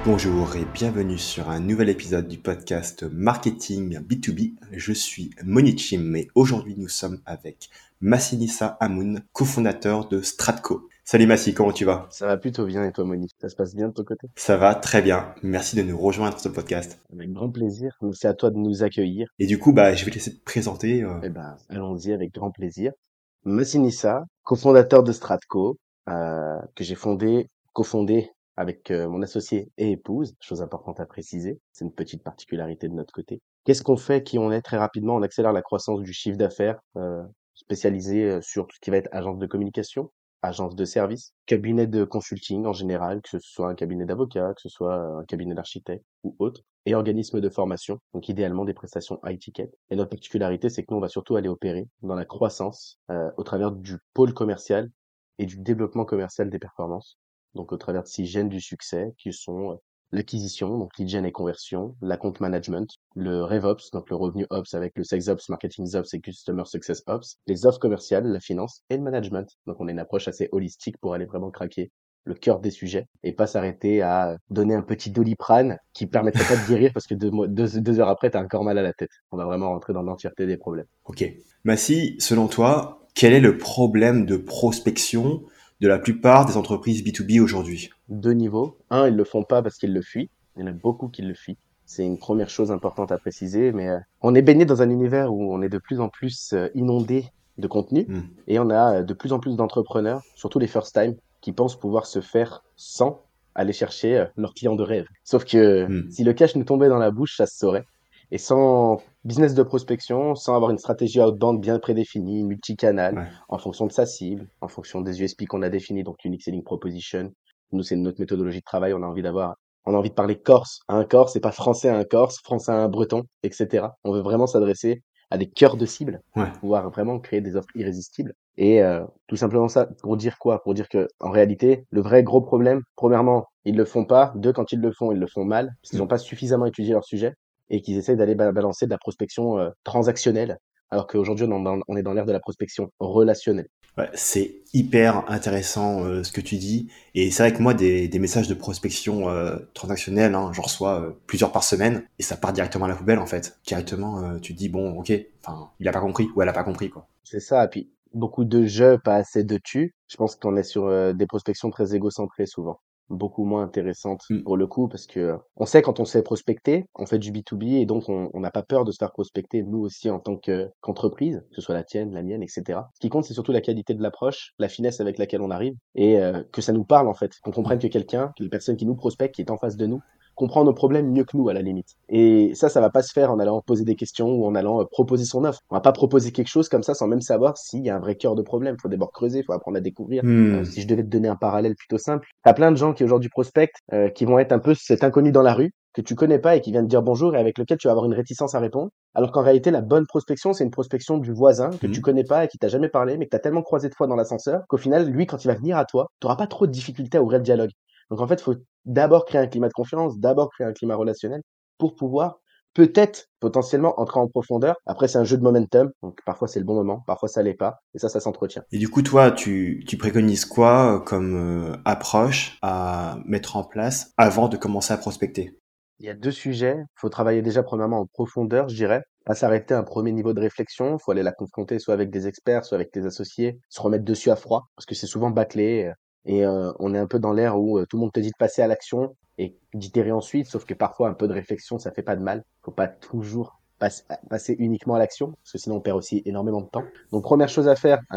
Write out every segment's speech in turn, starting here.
Bonjour et bienvenue sur un nouvel épisode du podcast Marketing B2B. Je suis Monichim et aujourd'hui nous sommes avec Massinissa Amoun, cofondateur de Stratco. Salut Massi, comment tu vas? Ça va plutôt bien et toi, Moni? Ça se passe bien de ton côté? Ça va très bien. Merci de nous rejoindre sur ce podcast. Avec grand plaisir. Donc, c'est à toi de nous accueillir. Et du coup, je vais te laisser te présenter. Eh ben, allons-y avec grand plaisir. Massinissa, cofondateur de Stratco, que j'ai cofondé avec mon associé et épouse. Chose importante à préciser. C'est une petite particularité de notre côté. Qu'est-ce qu'on fait? Qui on est? Très rapidement, on accélère la croissance du chiffre d'affaires, spécialisé sur tout ce qui va être agence de communication, agence de service, cabinet de consulting en général, que ce soit un cabinet d'avocat, que ce soit un cabinet d'architecte ou autre, et organismes de formation, donc idéalement des prestations high ticket. Et notre particularité, c'est que nous, on va surtout aller opérer dans la croissance au travers du pôle commercial et du développement commercial des performances. Donc au travers de 6 gènes du succès qui sont l'acquisition, donc lead gen et conversion, l'account management, le RevOps, donc le revenu Ops avec le Sales Ops, Marketing Ops et Customer Success Ops, les offres commerciales, la finance et le management. Donc on a une approche assez holistique pour aller vraiment craquer le cœur des sujets et pas s'arrêter à donner un petit Doliprane qui permettrait pas de guérir parce que deux heures après, t'as encore mal à la tête. On va vraiment rentrer dans l'entièreté des problèmes. Ok. Massi, selon toi, quel est le problème de prospection de la plupart des entreprises B2B aujourd'hui? Deux niveaux. Un, ils le font pas parce qu'ils le fuient. Il y en a beaucoup qui le fuient. C'est une première chose importante à préciser, mais on est baigné dans un univers où on est de plus en plus inondé de contenu Hmm. et on a de plus en plus d'entrepreneurs, surtout les first time, qui pensent pouvoir se faire sans aller chercher leurs clients de rêve. Sauf que Hmm. si le cash nous tombait dans la bouche, ça se saurait. Et sans business de prospection, sans avoir une stratégie outbound bien prédéfinie, multicanal, Ouais. en fonction de sa cible, en fonction des USP qu'on a définis, donc Unique Selling Proposition, nous, c'est notre méthodologie de travail. On a envie de parler corse à un corse et pas français à un corse, français à un breton, etc. On veut vraiment s'adresser à des cœurs de cible Ouais. pour pouvoir vraiment créer des offres irrésistibles. Et tout simplement ça, pour dire quoi? Pour dire que en réalité, le vrai gros problème, premièrement, ils le font pas. Deux, quand ils le font mal, parce qu'ils n'ont Hmm. pas suffisamment étudié leur sujet et qu'ils essayent d'aller balancer de la prospection transactionnelle, alors qu'aujourd'hui, on est dans l'ère de la prospection relationnelle. Ouais, c'est hyper intéressant ce que tu dis. Et c'est vrai que moi, des messages de prospection transactionnelle, hein, j'en reçois plusieurs par semaine et ça part directement à la poubelle en fait. Directement, tu te dis, bon, ok, enfin, il a pas compris ou elle a pas compris, quoi. C'est ça, et puis beaucoup de jeux, pas assez de tu. Je pense qu'on est sur des prospections très égocentrées souvent, beaucoup moins intéressantes Hmm. pour le coup, parce que on sait quand on sait prospecter, on fait du B2B et donc on n'a pas peur de se faire prospecter nous aussi en tant qu'entreprise, que ce soit la tienne, la mienne, etc. Ce qui compte, c'est surtout la qualité de l'approche, la finesse avec laquelle on arrive et que ça nous parle en fait, qu'on comprenne que quelqu'un, que la personne qui nous prospecte, qui est en face de nous, comprend nos problèmes mieux que nous à la limite. Et ça va pas se faire en allant poser des questions ou en allant proposer son offre. On va pas proposer quelque chose comme ça sans même savoir s'il y a un vrai cœur de problème. Faut d'abord creuser, faut apprendre à découvrir. Hmm. Si je devais te donner un parallèle plutôt simple, t'as plein de gens qui aujourd'hui prospectent, qui vont être un peu cet inconnu dans la rue que tu connais pas et qui vient te dire bonjour et avec lequel tu vas avoir une réticence à répondre. Alors qu'en réalité, la bonne prospection, c'est une prospection du voisin que tu Hmm. connais pas et qui t'a jamais parlé, mais que t'as tellement croisé de fois dans l'ascenseur qu'au final, lui, quand il va venir à toi, t'auras pas trop de difficultés à ouvrir le dialogue. Donc en fait, faut d'abord créer un climat de confiance, d'abord créer un climat relationnel pour pouvoir peut-être potentiellement entrer en profondeur. Après, c'est un jeu de momentum, donc parfois c'est le bon moment, parfois ça l'est pas, et ça s'entretient. Et du coup, toi, tu préconises quoi comme approche à mettre en place avant de commencer à prospecter? Il y a deux sujets. Il faut travailler déjà premièrement en profondeur, je dirais. Pas s'arrêter à un premier niveau de réflexion. Il faut aller la confronter soit avec des experts, soit avec des associés, se remettre dessus à froid, parce que c'est souvent bâclé. Et on est un peu dans l'ère où tout le monde te dit de passer à l'action et d'itérer ensuite, sauf que parfois un peu de réflexion, ça fait pas de mal. Faut pas toujours passer uniquement à l'action, parce que sinon on perd aussi énormément de temps. Donc première chose à faire,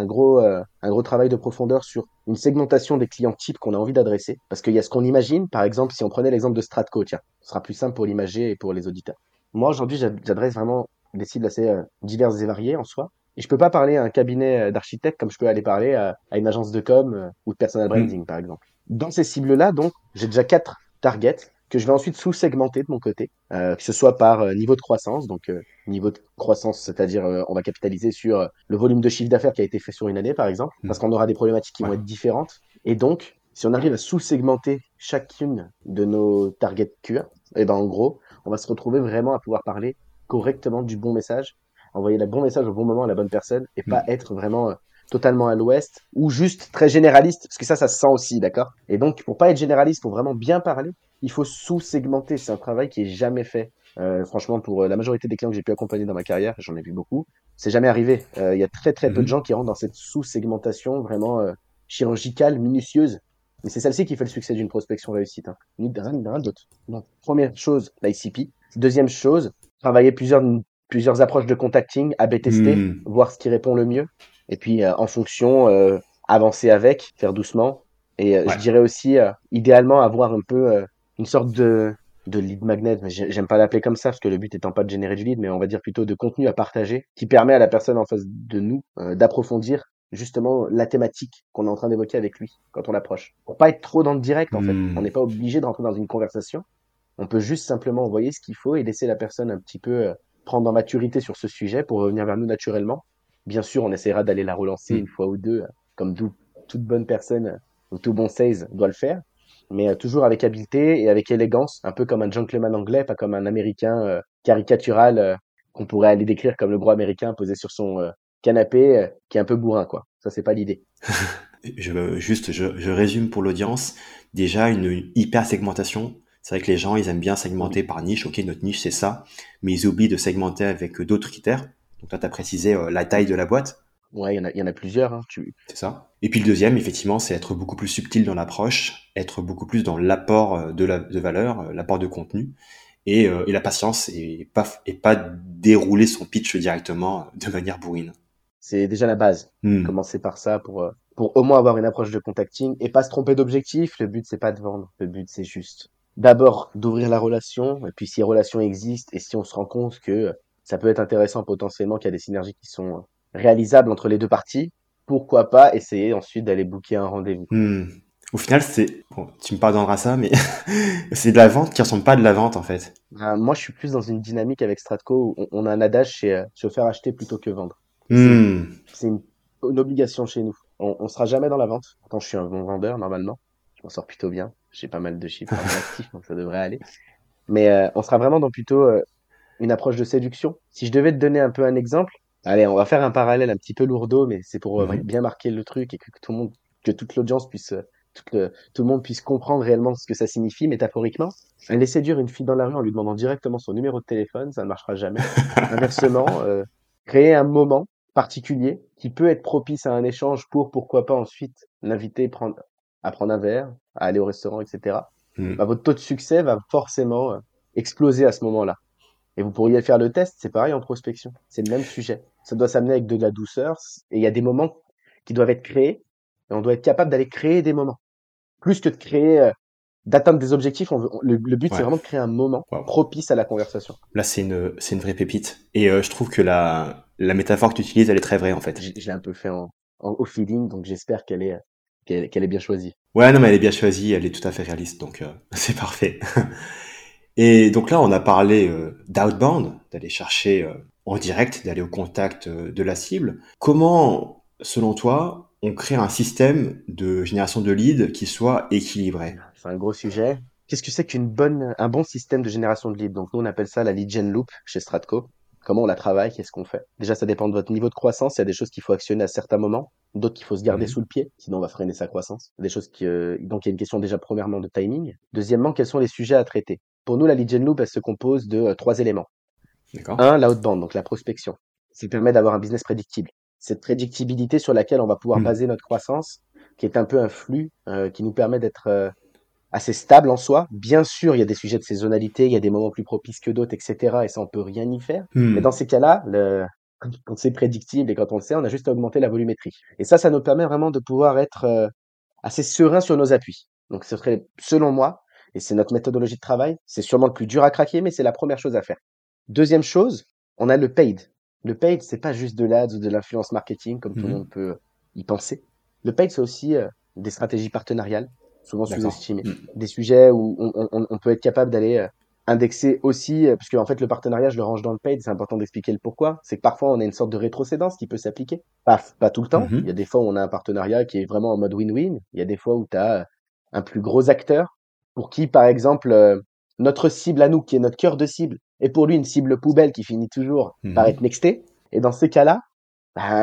un gros travail de profondeur sur une segmentation des clients types qu'on a envie d'adresser, parce qu'il y a ce qu'on imagine. Par exemple, si on prenait l'exemple de Stratco, tiens, ce sera plus simple pour l'imager et pour les auditeurs. Moi aujourd'hui, j'adresse vraiment des cibles assez diverses et variées en soi. Et je peux pas parler à un cabinet d'architectes comme je peux aller parler à une agence de com ou de personal Hmm. branding, par exemple. Dans ces cibles-là, donc, j'ai déjà 4 targets que je vais ensuite sous-segmenter de mon côté, que ce soit par niveau de croissance, donc niveau de croissance, c'est-à-dire on va capitaliser sur le volume de chiffre d'affaires qui a été fait sur une année, par exemple, Hmm. parce qu'on aura des problématiques qui Ouais. vont être différentes. Et donc, si on arrive à sous-segmenter chacune de nos targets cure, et ben en gros, on va se retrouver vraiment à pouvoir parler correctement du bon message, envoyer le bon message au bon moment à la bonne personne et pas Hmm. être vraiment totalement à l'ouest, ou juste très généraliste, parce que ça se sent aussi, d'accord? Et donc, pour pas être généraliste, pour vraiment bien parler, il faut sous-segmenter. C'est un travail qui est jamais fait. Franchement, pour la majorité des clients que j'ai pu accompagner dans ma carrière, j'en ai vu beaucoup, c'est jamais arrivé. Il y a très très peu de gens qui rentrent dans cette sous-segmentation vraiment chirurgicale, minutieuse. Mais c'est celle-ci qui fait le succès d'une prospection réussite. Hein. Rien d'autre. Donc, première chose, l'ICP. Deuxième chose, travailler plusieurs approches de contacting, A/B tester, Hmm. voir ce qui répond le mieux. Et puis, en fonction, avancer avec, faire doucement. Et je Ouais. dirais aussi, idéalement, avoir un peu une sorte de lead magnet. Mais j'aime pas l'appeler comme ça, parce que le but étant pas de générer du lead, mais on va dire plutôt de contenu à partager, qui permet à la personne en face de nous d'approfondir justement la thématique qu'on est en train d'évoquer avec lui quand on l'approche. Pour pas être trop dans le direct, en fait. On Hmm. n'est pas obligé de rentrer dans une conversation. On peut juste simplement envoyer ce qu'il faut et laisser la personne un petit peu prendre en maturité sur ce sujet pour revenir vers nous naturellement. Bien sûr, on essaiera d'aller la relancer une Hmm. fois ou deux, comme toute bonne personne ou tout bon sales doit le faire, mais toujours avec habileté et avec élégance, un peu comme un gentleman anglais, pas comme un américain caricatural qu'on pourrait aller décrire comme le gros américain posé sur son canapé qui est un peu bourrin, quoi. Ça, c'est pas l'idée. Je résume pour l'audience. Déjà, une hyper segmentation. C'est vrai que les gens, ils aiment bien segmenter par niche. Ok, notre niche, c'est ça. Mais ils oublient de segmenter avec d'autres critères. Donc là, tu as précisé la taille de la boîte. Ouais, il y en a plusieurs. Hein. C'est ça. Et puis le deuxième, effectivement, c'est être beaucoup plus subtil dans l'approche, être beaucoup plus dans l'apport de valeur, l'apport de contenu, et la patience, et pas dérouler son pitch directement de manière bourrine. C'est déjà la base. Hmm. Commencer par ça pour au moins avoir une approche de contacting et pas se tromper d'objectif. Le but, c'est pas de vendre. Le but, c'est juste d'abord d'ouvrir la relation. Et puis, si relation existe et si on se rend compte que ça peut être intéressant potentiellement, qu'il y a des synergies qui sont réalisables entre les deux parties, pourquoi pas essayer ensuite d'aller booker un rendez-vous. Hmm. Au final, bon, tu me pardonneras ça, mais c'est de la vente qui ressemble pas à de la vente en fait. Moi, je suis plus dans une dynamique avec Stratco où on a un adage, c'est se faire acheter plutôt que vendre. Hmm. C'est une obligation chez nous. On sera jamais dans la vente. Pourtant, je suis un bon vendeur normalement. Je m'en sors plutôt bien. J'ai pas mal de chiffres à mon actif, donc ça devrait aller. Mais on sera vraiment dans plutôt une approche de séduction. Si je devais te donner un peu un exemple, allez, on va faire un parallèle un petit peu lourdeau, mais c'est pour Mhm. bien marquer le truc et que tout le monde, que toute l'audience puisse, tout le monde puisse comprendre réellement ce que ça signifie métaphoriquement. Aller séduire une fille dans la rue en lui demandant directement son numéro de téléphone, ça ne marchera jamais. Inversement, créer un moment particulier qui peut être propice à un échange pour, pourquoi pas ensuite l'inviter à prendre un verre, à aller au restaurant, etc. Hmm. Bah, votre taux de succès va forcément exploser à ce moment-là. Et vous pourriez faire le test, c'est pareil en prospection. C'est le même sujet. Ça doit s'amener avec de la douceur et il y a des moments qui doivent être créés et on doit être capable d'aller créer des moments. Plus que de créer, d'atteindre des objectifs, le but c'est Ouais. vraiment de créer un moment Waouh. propice à la conversation. Là, c'est une vraie pépite. Et je trouve que la métaphore que tu utilises, elle est très vraie en fait. Je l'ai un peu fait au feeling, donc j'espère qu'elle est bien choisie. Ouais, non, mais elle est bien choisie, elle est tout à fait réaliste, donc c'est parfait. Et donc là, on a parlé d'outbound, d'aller chercher en direct, d'aller au contact de la cible. Comment, selon toi, on crée un système de génération de leads qui soit équilibré? C'est un gros sujet. Qu'est-ce que c'est un bon système de génération de leads? Donc, nous, on appelle ça la lead gen loop chez Stratco. Comment on la travaille? Qu'est-ce qu'on fait? Déjà, ça dépend de votre niveau de croissance. Il y a des choses qu'il faut actionner à certains moments, d'autres qu'il faut se garder Mhm. sous le pied, sinon on va freiner sa croissance. Des choses donc il y a une question déjà premièrement de timing. Deuxièmement, quels sont les sujets à traiter? Pour nous, la lead gen loop, elle se compose de trois éléments. D'accord? Un, l'outbound, donc la prospection. Ça permet d'avoir un business prédictible. Cette prédictibilité sur laquelle on va pouvoir Hmm. baser notre croissance, qui est un peu un flux qui nous permet d'être assez stable en soi. Bien sûr, il y a des sujets de saisonnalité, il y a des moments plus propices que d'autres, etc. Et ça, on peut rien y faire. Mais dans Hmm. ces cas-là, quand c'est prédictible et quand on le sait, on a juste à augmenter la volumétrie. Et ça nous permet vraiment de pouvoir être assez serein sur nos appuis. Donc, ce serait, selon moi, et c'est notre méthodologie de travail, c'est sûrement le plus dur à craquer, mais c'est la première chose à faire. Deuxième chose, on a le paid. Le paid, c'est pas juste de l'ads ou de l'influence marketing, comme tout le monde Mhm. peut y penser. Le paid, c'est aussi des stratégies partenariales, souvent D'accord. sous-estimées. Hmm. Des sujets où on peut être capable d'aller indexer aussi, parce qu'en fait, le partenariat, je le range dans le paid, c'est important d'expliquer le pourquoi. C'est que parfois, on a une sorte de rétrocédance qui peut s'appliquer. Pas tout le temps. Il y a Mhm. des fois où on a un partenariat qui est vraiment en mode win-win. Il y a des fois où tu as un plus gros acteur pour qui, par exemple, notre cible à nous, qui est notre cœur de cible, est pour lui une cible poubelle qui finit toujours par être Mhm. nextée. Et dans ces cas-là, bah,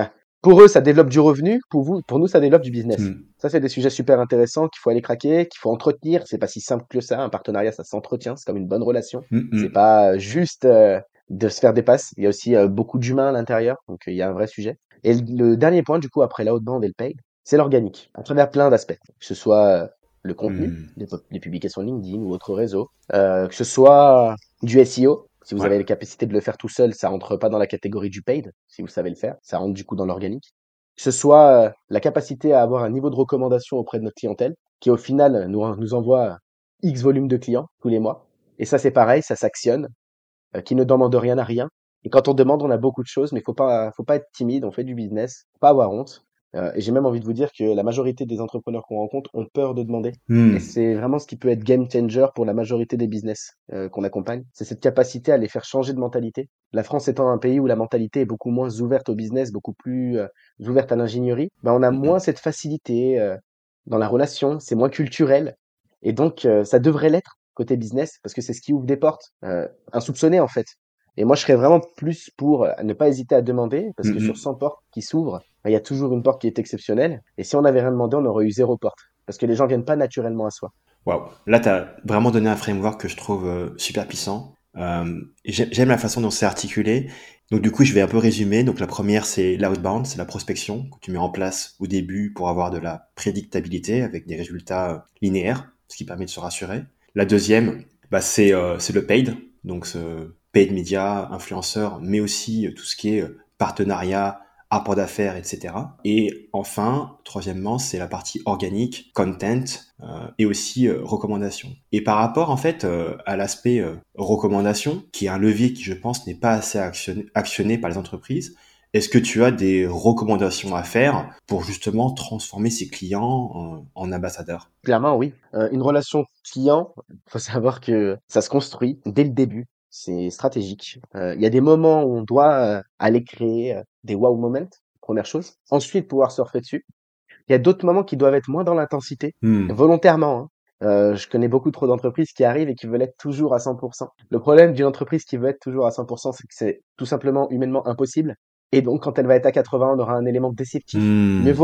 Pour eux, ça développe du revenu. Pour nous, ça développe du business. Hmm. Ça, c'est des sujets super intéressants qu'il faut aller craquer, qu'il faut entretenir. C'est pas si simple que ça. Un partenariat, ça s'entretient. C'est comme une bonne relation. Hmm, C'est hmm. pas juste de se faire des passes. Il y a aussi beaucoup d'humains à l'intérieur. Donc, il y a un vrai sujet. Et le dernier point, du coup, après l'outbound et le paid, c'est l'organique. À travers plein d'aspects. Que ce soit le contenu, Hmm. les publications LinkedIn ou autres réseaux. Que ce soit du SEO. Si vous Ouais. avez les capacités de le faire tout seul, ça rentre pas dans la catégorie du paid. Si vous savez le faire, ça rentre du coup dans l'organique. Que ce soit la capacité à avoir un niveau de recommandation auprès de notre clientèle, qui au final nous envoie X volume de clients tous les mois. Et ça, c'est pareil, ça s'actionne, qui ne demande rien à rien. Et quand on demande, on a beaucoup de choses, mais faut pas être timide, on fait du business, faut pas avoir honte. Et j'ai même envie de vous dire que la majorité des entrepreneurs qu'on rencontre ont peur de demander. Et Hmm. c'est vraiment ce qui peut être game changer pour la majorité des business qu'on accompagne. C'est cette capacité à les faire changer de mentalité. La France étant un pays où la mentalité est beaucoup moins ouverte au business, beaucoup plus ouverte à l'ingénierie, ben on a Hmm, hmm. moins cette facilité dans la relation, c'est moins culturel. Et donc, ça devrait l'être côté business parce que c'est ce qui ouvre des portes, insoupçonnées en fait. Et moi, je serais vraiment plus pour ne pas hésiter à demander parce Hmm, que sur hmm. 100 portes qui s'ouvrent, ben, il y a toujours une porte qui est exceptionnelle. Et si on n'avait rien demandé, on aurait eu 0 porte parce que les gens viennent pas naturellement à soi. Waouh. Là, tu as vraiment donné un framework que je trouve super puissant. J'aime la façon dont c'est articulé. Donc, du coup, je vais un peu résumer. Donc, la première, c'est l'outbound, c'est la prospection que tu mets en place au début pour avoir de la prédictabilité avec des résultats linéaires, ce qui permet de se rassurer. La deuxième, bah, c'est le paid. Donc, ce paid media, influenceur, mais aussi tout ce qui est partenariat, apport d'affaires, etc. Et enfin, troisièmement, c'est la partie organique, content, et aussi recommandation. Et par rapport en fait à l'aspect recommandation, qui est un levier qui je pense n'est pas assez actionné par les entreprises, est-ce que tu as des recommandations à faire pour justement transformer ses clients en ambassadeurs? Clairement, oui. Une relation client, faut savoir que ça se construit dès le début. C'est stratégique. Il y a des moments où on doit aller créer des wow moments, première chose. Ensuite, pouvoir surfer dessus. Il y a d'autres moments qui doivent être moins dans l'intensité, Hmm. volontairement, hein. Je connais beaucoup trop d'entreprises qui arrivent et qui veulent être toujours à 100%. Le problème d'une entreprise qui veut être toujours à 100%, c'est que c'est tout simplement humainement impossible. Et donc, quand elle va être à 80, on aura un élément déceptif. Hmm.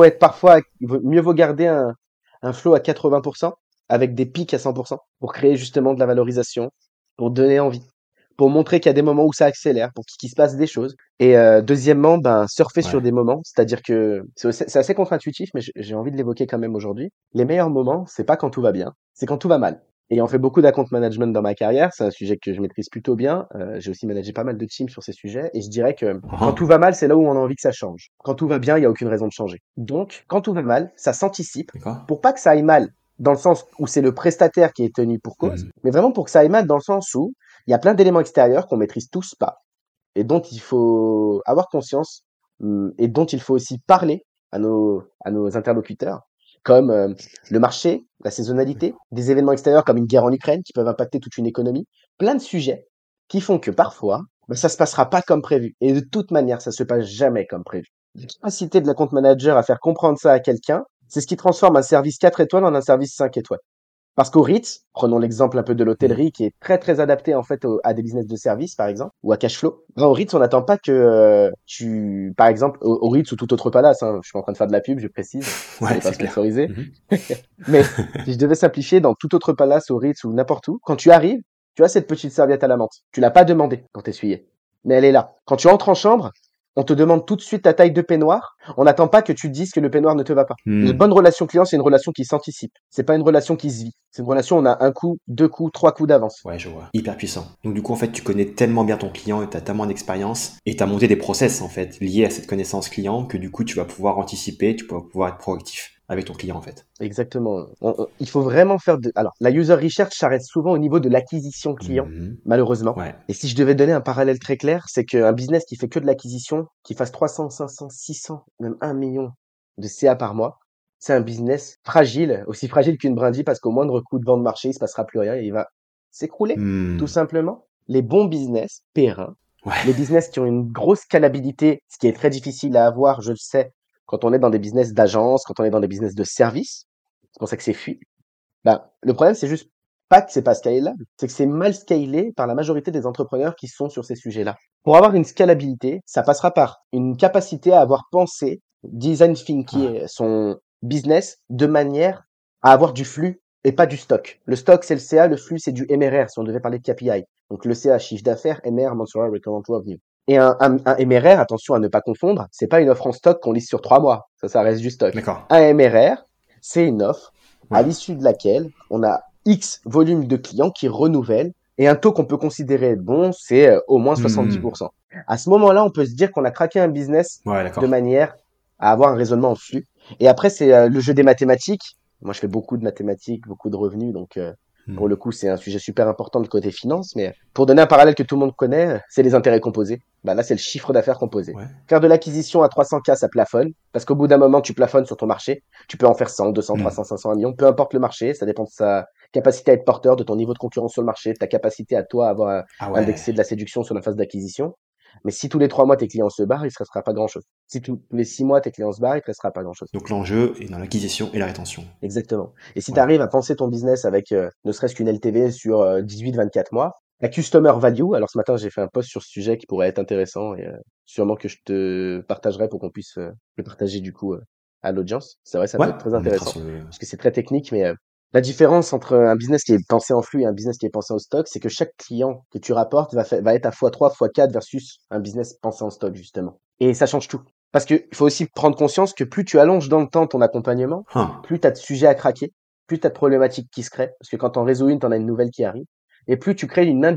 Mieux vaut garder un flow à 80% avec des pics à 100% pour créer justement de la valorisation, pour donner envie, pour montrer qu'il y a des moments où ça accélère, pour qu'il se passe des choses. Et deuxièmement, ben, surfer sur Ouais. des moments, c'est-à-dire que c'est assez contre-intuitif, mais j'ai envie de l'évoquer quand même aujourd'hui. Les meilleurs moments, c'est pas quand tout va bien, c'est quand tout va mal. Et ayant fait beaucoup d'account management dans ma carrière, c'est un sujet que je maîtrise plutôt bien. J'ai aussi managé pas mal de teams sur ces sujets, et je dirais que quand tout Ah, va mal, c'est là où on a envie que ça change. Quand tout va bien, il y a aucune raison de changer. Donc, quand tout va mal, ça s'anticipe d'accord. pour pas que ça aille mal dans le sens où c'est le prestataire qui est tenu pour cause, Hmm. mais vraiment pour que ça aille mal dans le sens où il y a plein d'éléments extérieurs qu'on maîtrise tous pas et dont il faut avoir conscience et dont il faut aussi parler à nos interlocuteurs, comme le marché, la saisonnalité, des événements extérieurs comme une guerre en Ukraine qui peuvent impacter toute une économie, plein de sujets qui font que parfois, ben, ça se passera pas comme prévu. Et de toute manière, ça se passe jamais comme prévu. La capacité de la compte manager à faire comprendre ça à quelqu'un, c'est ce qui transforme un service 4 étoiles en un service 5 étoiles. Parce qu'au Ritz, prenons l'exemple un peu de Hmm. l'hôtellerie qui est très très adapté en fait à des business de service par exemple ou à cash flow. Ben, au Ritz, on n'attend pas que tu, par exemple, au Ritz ou tout autre palace, hein, je suis en train de faire de la pub, je précise, ça Ouais, n'est pas c'est clair. sponsorisé, Mhm. mais si je devais simplifier dans tout autre palace, au Ritz ou n'importe où, quand tu arrives, tu as cette petite serviette à la menthe. Tu l'as pas demandé quand t'essuyais, mais elle est là. Quand tu entres en chambre, on te demande tout de suite ta taille de peignoir. On n'attend pas que tu te dises que le peignoir ne te va pas. Une Hmm. bonne relation client, c'est une relation qui s'anticipe. C'est pas une relation qui se vit. C'est une relation où on a un coup, deux coups, trois coups d'avance. Ouais, je vois. Hyper puissant. Donc du coup, en fait, tu connais tellement bien ton client et tu as tellement d'expérience et tu as monté des process, en fait, liés à cette connaissance client que du coup, tu vas pouvoir anticiper, tu vas pouvoir être proactif avec ton client, en fait. Exactement. Il faut vraiment faire de. Alors, la user research s'arrête souvent au niveau de l'acquisition client, Mhm. malheureusement. Ouais. Et si je devais donner un parallèle très clair, c'est qu'un business qui fait que de l'acquisition, qui fasse 300, 500, 600, même 1 million de CA par mois, c'est un business fragile, aussi fragile qu'une brindille, parce qu'au moindre coup de vent de marché, il se passera plus rien et il va s'écrouler, tout Hmm. simplement. Les bons business, pérennes, Ouais. les business qui ont une grosse scalabilité, ce qui est très difficile à avoir, je le sais, quand on est dans des business d'agence, quand on est dans des business de service, c'est pour ça que c'est fui. Ben, le problème, c'est juste pas que c'est pas scalable, c'est que c'est mal scalé par la majorité des entrepreneurs qui sont sur ces sujets-là. Pour avoir une scalabilité, ça passera par une capacité à avoir pensé design thinking son business de manière à avoir du flux et pas du stock. Le stock, c'est le CA, le flux, c'est du MRR, si on devait parler de KPI. Donc le CA, chiffre d'affaires, MR, mensual recurrent revenue. Et un MRR, attention à ne pas confondre, c'est pas une offre en stock qu'on liste sur 3 mois. Ça reste du stock. D'accord. Un MRR, c'est une offre à Ouais. l'issue de laquelle on a X volume de clients qui renouvellent et un taux qu'on peut considérer bon, c'est au moins Hmm. 70%. À ce moment-là, on peut se dire qu'on a craqué un business Ouais, de d'accord. manière à avoir un raisonnement en flux. Et après, c'est le jeu des mathématiques. Moi, je fais beaucoup de mathématiques, beaucoup de revenus, donc pour Hmm. le coup, c'est un sujet super important de côté finance. Mais pour donner un parallèle que tout le monde connaît, c'est les intérêts composés. Bah là, c'est le chiffre d'affaires composé. Ouais. Faire de l'acquisition à 300K, ça plafonne, parce qu'au bout d'un moment, tu plafonnes sur ton marché. Tu peux en faire 100, 200, Hmm. 300, 500, 1 million, peu importe le marché, ça dépend de sa capacité à être porteur, de ton niveau de concurrence sur le marché, de ta capacité à toi à avoir Ah ouais. indexé de la séduction sur la phase d'acquisition. Mais si tous les 3 mois tes clients se barrent, il ne te restera pas grand-chose. Si tous les 6 mois tes clients se barrent, il ne te restera pas grand-chose. Donc l'enjeu est dans l'acquisition et la rétention. Exactement. Et si tu Ouais. arrives à penser ton business avec ne serait-ce qu'une LTV sur 18-24 mois, la customer value, alors ce matin j'ai fait un post sur ce sujet qui pourrait être intéressant et sûrement que je te partagerai pour qu'on puisse le partager du coup à l'audience. C'est vrai, ça Ouais, peut être très on mettra intéressant sur le... parce que c'est très technique, mais la différence entre un business qui est pensé en flux et un business qui est pensé en stock, c'est que chaque client que tu rapportes va être à x3, x4 versus un business pensé en stock justement. Et ça change tout. Parce qu'il faut aussi prendre conscience que plus tu allonges dans le temps ton accompagnement, Hein. plus tu as de sujets à craquer, plus tu as de problématiques qui se créent, parce que quand tu en résous une, tu en as une nouvelle qui arrive, et plus tu crées une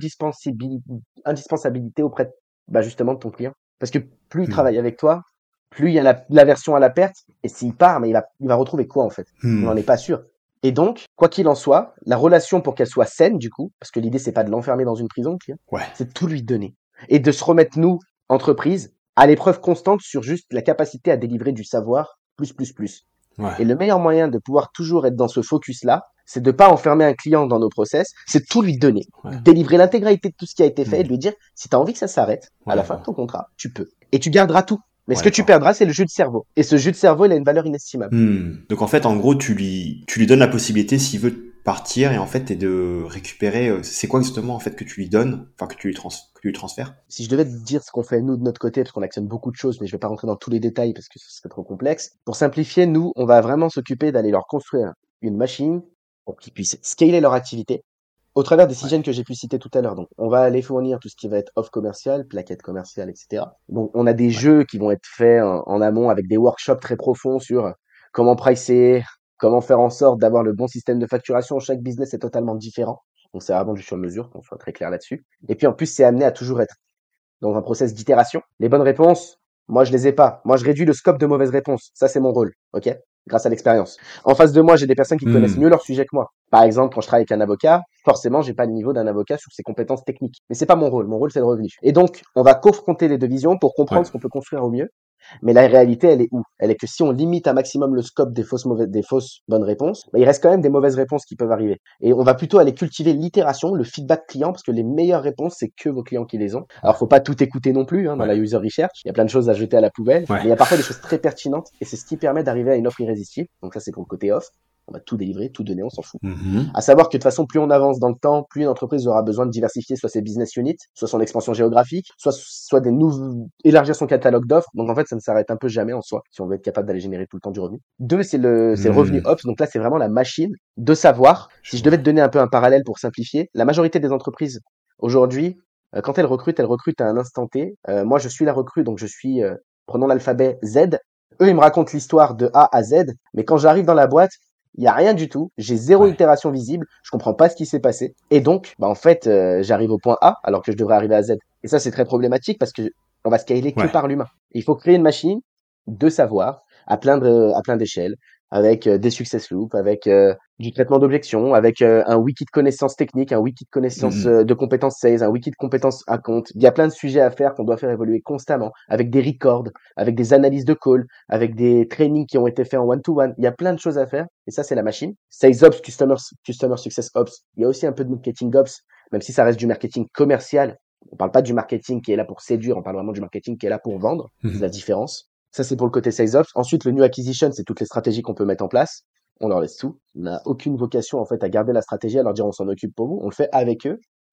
indispensabilité auprès de, bah, justement de ton client. Parce que plus il Hmm. travaille avec toi, plus il y a l'aversion à la perte, et s'il part, mais il va retrouver quoi en fait? On Hmm. n'en est pas sûr. Et donc, quoi qu'il en soit, la relation pour qu'elle soit saine, du coup, parce que l'idée c'est pas de l'enfermer dans une prison, le client, Ouais. c'est de tout lui donner. Et de se remettre, nous, entreprise, à l'épreuve constante sur juste la capacité à délivrer du savoir plus, plus, plus. Ouais. Et le meilleur moyen de pouvoir toujours être dans ce focus-là, c'est de pas enfermer un client dans nos process, c'est de tout lui donner. Ouais. Délivrer l'intégralité de tout ce qui a été fait et Hmm. de lui dire, si tu as envie que ça s'arrête, à Ouais, la fin de d'accord. ton contrat, tu peux. Et tu garderas tout. Mais ce Ouais, que tu d'accord. perdras, c'est le jus de cerveau. Et ce jus de cerveau, il a une valeur inestimable. Donc en fait, en gros, tu lui donnes la possibilité, s'il veut partir, et en fait, et de récupérer. C'est quoi justement en fait que tu lui donnes, enfin que tu lui transfères? Si je devais te dire ce qu'on fait nous de notre côté, parce qu'on actionne beaucoup de choses, mais je vais pas rentrer dans tous les détails parce que ce serait trop complexe. Pour simplifier, nous, on va vraiment s'occuper d'aller leur construire une machine pour qu'ils puissent scaler leur activité au travers des Ouais. six que j'ai pu citer tout à l'heure. Donc, on va aller fournir tout ce qui va être off commercial, plaquettes commerciales, etc. Donc, on a des Ouais. jeux qui vont être faits en amont avec des workshops très profonds sur comment pricer, comment faire en sorte d'avoir le bon système de facturation. Chaque business est totalement différent. Donc, c'est vraiment du sur-mesure, qu'on soit très clair là-dessus. Et puis, en plus, c'est amené à toujours être dans un process d'itération. Les bonnes réponses, moi, je les ai pas. Moi, je réduis le scope de mauvaises réponses. Ça, c'est mon rôle. OK? Grâce à l'expérience. En face de moi, j'ai des personnes qui connaissent mieux Hmm. leur sujet que moi. Par exemple, quand je travaille avec un avocat, forcément, j'ai pas le niveau d'un avocat sur ses compétences techniques. Mais c'est pas mon rôle. Mon rôle, c'est le revenu. Et donc, on va confronter les deux visions pour Ouais. comprendre ce qu'on peut construire au mieux. Mais la réalité, elle est où? Elle est que si on limite un maximum le scope des fausses bonnes réponses, bah, il reste quand même des mauvaises réponses qui peuvent arriver. Et on va plutôt aller cultiver l'itération, le feedback client, parce que les meilleures réponses, c'est que vos clients qui les ont. Ouais. Alors, faut pas tout écouter non plus, hein, dans Ouais. la user research. Il y a plein de choses à jeter à la poubelle, Ouais. mais il y a parfois des choses très pertinentes, et c'est ce qui permet d'arriver à une offre irrésistible. Donc ça, c'est pour le côté off. On va tout délivrer, tout donner, on s'en fout. Mhm. À savoir que de toute façon, plus on avance dans le temps, plus une entreprise aura besoin de diversifier soit ses business units, soit son expansion géographique, soit des nouveaux, élargir son catalogue d'offres. Donc en fait, ça ne s'arrête un peu jamais en soi, si on veut être capable d'aller générer tout le temps du revenu. Deux, c'est le revenu Hmm. ops. Donc là, c'est vraiment la machine de savoir. Je Si je devais vois. te donner un peu un parallèle pour simplifier, la majorité des entreprises aujourd'hui, quand elles recrutent à un instant T. Moi, je suis la recrue, donc je suis, prenons l'alphabet Z. Eux, ils me racontent l'histoire de A à Z, mais quand j'arrive dans la boîte, il y a rien du tout, j'ai zéro Ouais. itération visible, je comprends pas ce qui s'est passé. Et donc, bah en fait, j'arrive au point A alors que je devrais arriver à Z. Et ça, c'est très problématique parce que on va scaler que Ouais. par l'humain. Il faut créer une machine de savoir à plein d'échelles, avec des success loops, avec du traitement d'objections, avec un wiki de connaissances techniques, un wiki de connaissances Hmm. de compétences sales, un wiki de compétences à compte. Il y a plein de sujets à faire qu'on doit faire évoluer constamment, avec des records, avec des analyses de call, avec des trainings qui ont été faits en one-to-one. Il y a plein de choses à faire. Et ça, c'est la machine. Sales Ops, Customer Success Ops. Il y a aussi un peu de marketing Ops, même si ça reste du marketing commercial. On parle pas du marketing qui est là pour séduire, on parle vraiment du marketing qui est là pour vendre. C'est la Mhm. différence. Ça, c'est pour le côté Sales Ops. Ensuite, le New Acquisition, c'est toutes les stratégies qu'on peut mettre en place. On leur laisse tout. On n'a aucune vocation, en fait, à garder la stratégie, à leur dire on s'en occupe pour vous. On le fait avec eux.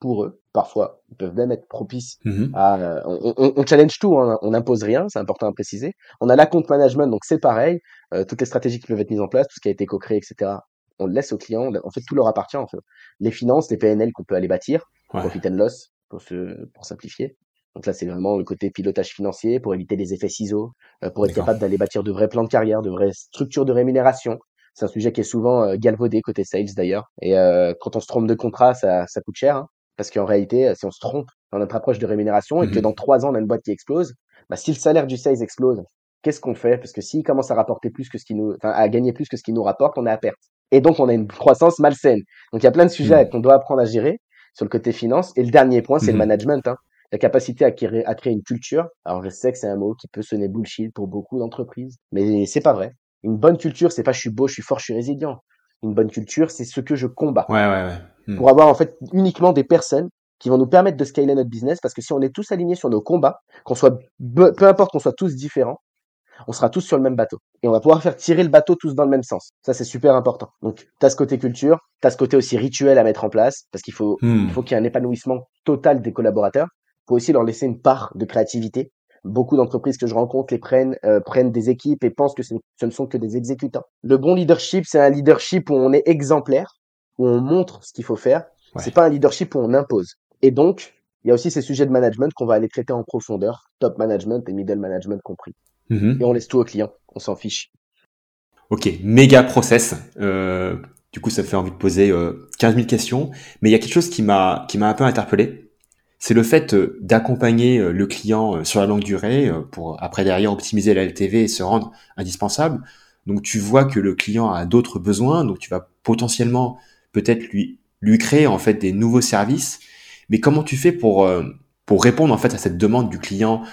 pour eux. Parfois, ils peuvent même être propices Mhm. à... on challenge tout, hein, on n'impose rien, c'est important à préciser. On a l'account management, donc c'est pareil. Toutes les stratégies qui peuvent être mises en place, tout ce qui a été co-créé, etc., on le laisse aux clients. En fait, tout leur appartient. En fait. Les finances, les PNL qu'on peut aller bâtir, Ouais, profit and loss, pour simplifier. Donc là, c'est vraiment le côté pilotage financier pour éviter les effets ciseaux, pour être d'accord. capable d'aller bâtir de vrais plans de carrière, de vraies structures de rémunération. C'est un sujet qui est souvent galvaudé côté sales d'ailleurs. Et quand on se trompe de contrat, ça coûte cher. Hein, parce qu'en réalité, si on se trompe dans notre approche de rémunération et que dans Mhm. 3 ans, on a une boîte qui explose, bah, si le salaire du sales explose, qu'est-ce qu'on fait? Parce que s'il commence à rapporter plus que ce qui nous, enfin, à gagner plus que ce qu'il nous rapporte, on est à perte. Et donc, on a une croissance malsaine. Donc, il y a plein de sujets Mhm. qu'on doit apprendre à gérer sur le côté finance. Et le dernier point, c'est le Mhm. management. Hein. La capacité à créer une culture. Alors, je sais que c'est un mot qui peut sonner bullshit pour beaucoup d'entreprises, mais c'est pas vrai. Une bonne culture, c'est pas je suis beau, je suis fort, je suis résilient. Une bonne culture, c'est ce que je combats. Ouais, ouais, ouais. Pour Mhm. avoir en fait uniquement des personnes qui vont nous permettre de scaler notre business parce que si on est tous alignés sur nos combats, qu'on soit peu importe qu'on soit tous différents, on sera tous sur le même bateau et on va pouvoir faire tirer le bateau tous dans le même sens. Ça c'est super important. Donc tu as ce côté culture, tu as ce côté aussi rituel à mettre en place parce qu'il faut Mhm. qu'il y ait un épanouissement total des collaborateurs. Il faut aussi leur laisser une part de créativité. Beaucoup d'entreprises que je rencontre prennent des équipes et pensent que ce ne sont que des exécutants. Le bon leadership, c'est un leadership où on est exemplaire, où on montre ce qu'il faut faire. C'est Ouais. pas un leadership où on impose. Et donc, il y a aussi ces sujets de management qu'on va aller traiter en profondeur, top management et middle management compris. Et on Mhm. laisse tout au client, on s'en fiche. Ok, méga process. Du coup, ça me fait envie de poser 15 000 questions. Mais il y a quelque chose qui m'a un peu interpellé. C'est le fait d'accompagner le client sur la longue durée pour après derrière optimiser la LTV et se rendre indispensable. Donc tu vois que le client a d'autres besoins, donc tu vas potentiellement peut-être lui créer en fait des nouveaux services. Mais comment tu fais pour répondre en fait à cette demande du client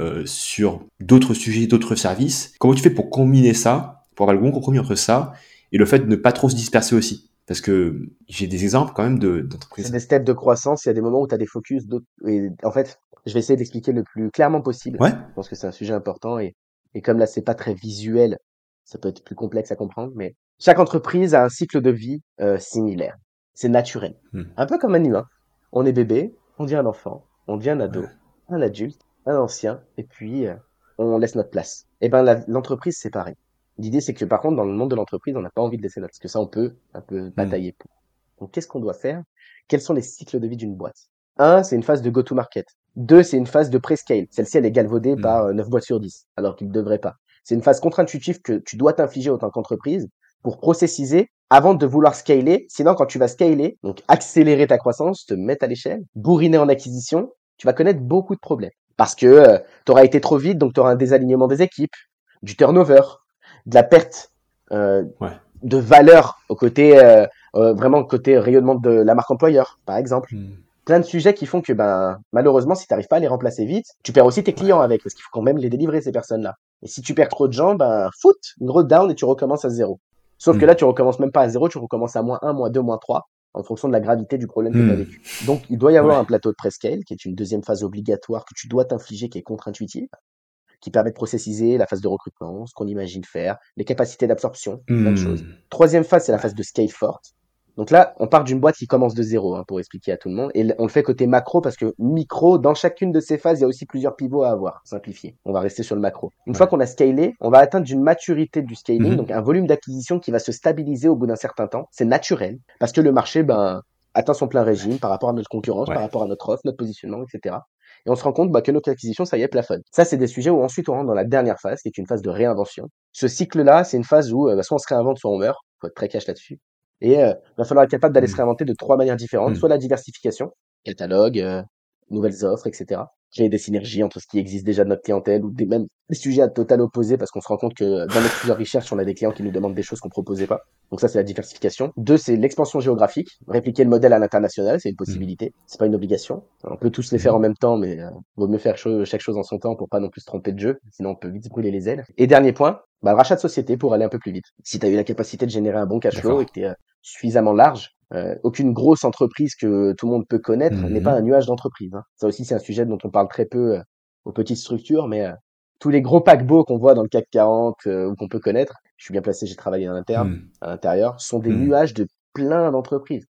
sur d'autres sujets, d'autres services? Comment tu fais pour combiner ça, pour avoir le bon compromis entre ça et le fait de ne pas trop se disperser aussi? Parce que j'ai des exemples quand même C'est d'entreprises. des steps de croissance, il y a des moments où tu as des focus, d'autres. Et en fait, je vais essayer d'expliquer le plus clairement possible. Ouais. Je pense que c'est un sujet important et comme là, c'est pas très visuel, ça peut être plus complexe à comprendre, mais chaque entreprise a un cycle de vie similaire. C'est naturel. Hmm. Un peu comme un humain. On est bébé, on devient un enfant, on devient un ado, un adulte, un ancien, et puis on laisse notre place. Et ben l'entreprise, c'est pareil. L'idée, c'est que par contre, dans le monde de l'entreprise, on n'a pas envie de laisser notre, parce que ça, on peut un peu Hmm. batailler pour. Donc, qu'est-ce qu'on doit faire? Quels sont les cycles de vie d'une boîte? Un, c'est une phase de go-to-market. Deux, c'est une phase de pre-scale. Celle-ci, elle est galvaudée par Hmm. 9 boîtes sur 10, alors qu'il ne devrait pas. C'est une phase contre-intuitive que tu dois t'infliger en tant qu'entreprise pour processiser avant de vouloir scaler. Sinon, quand tu vas scaler, donc accélérer ta croissance, te mettre à l'échelle, bourriner en acquisition, tu vas connaître beaucoup de problèmes. Parce que tu auras été trop vite, donc tu auras un désalignement des équipes, du turnover, de la perte euh, Ouais. de valeur au côté vraiment côté rayonnement de la marque employeur, par exemple. Hmm. Plein de sujets qui font que ben malheureusement, si tu n'arrives pas à les remplacer vite, tu perds aussi tes Ouais. clients avec, parce qu'il faut quand même les délivrer ces personnes-là. Et si tu perds trop de gens, ben foot, une road down et tu recommences à zéro. Sauf que là, Hmm. tu recommences même pas à zéro, tu recommences à -1, -2, -3, en fonction de la gravité du problème que tu as Hmm. vécu. Donc, il doit y avoir Ouais. un plateau de prescale, qui est une deuxième phase obligatoire que tu dois t'infliger, qui est contre-intuitive, qui permet de processiser la phase de recrutement, ce qu'on imagine faire, les capacités d'absorption, plein de choses. Hmm. Troisième phase, c'est la Ouais. phase de scale forte. Donc là, on part d'une boîte qui commence de zéro, hein, pour expliquer à tout le monde. Et on le fait côté macro parce que micro, dans chacune de ces phases, il y a aussi plusieurs pivots à avoir. Simplifié. On va rester sur le macro. Une fois Ouais. qu'on a scalé, on va atteindre une maturité du scaling, donc un Mhm. volume d'acquisition qui va se stabiliser au bout d'un certain temps. C'est naturel parce que le marché, ben, atteint son plein régime par rapport à notre concurrence, par Ouais. rapport à notre offre, notre positionnement, etc. Et on se rend compte bah, que notre acquisition, ça y est, plafonne. Ça, c'est des sujets où ensuite on rentre dans la dernière phase, qui est une phase de réinvention. Ce cycle-là, c'est une phase où soit on se réinvente, soit on meurt. Faut être très cash là-dessus. Et va falloir être capable d'aller se Hmm. réinventer de 3 manières différentes, soit Hmm. la diversification, catalogue, nouvelles offres, etc. Créer des synergies entre ce qui existe déjà de notre clientèle ou même des sujets à total opposé parce qu'on se rend compte que dans notre plusieurs recherches, on a des clients qui nous demandent des choses qu'on proposait pas. Donc ça, c'est la diversification. Deux, c'est l'expansion géographique. Répliquer le modèle à l'international, c'est une Hmm. possibilité. C'est pas une obligation. On peut tous les faire en Mhm. même temps, mais vaut mieux faire chaque chose en son temps pour pas non plus se tromper de jeu. Sinon, on peut vite se brûler les ailes. Et dernier point, bah, le rachat de société pour aller un peu plus vite. Si tu as eu la capacité de générer un bon cash flow et D'accord. que tu es suffisamment large, aucune grosse entreprise que tout le monde peut connaître n'est pas un Mhm. nuage d'entreprise. Hein. Ça aussi, c'est un sujet dont on parle très peu aux petites structures, mais tous les gros paquebots qu'on voit dans le CAC 40 ou qu'on peut connaître, je suis bien placé, j'ai travaillé en interne, Hmm. à l'intérieur, sont des Hmm. nuages de plein d'entreprises.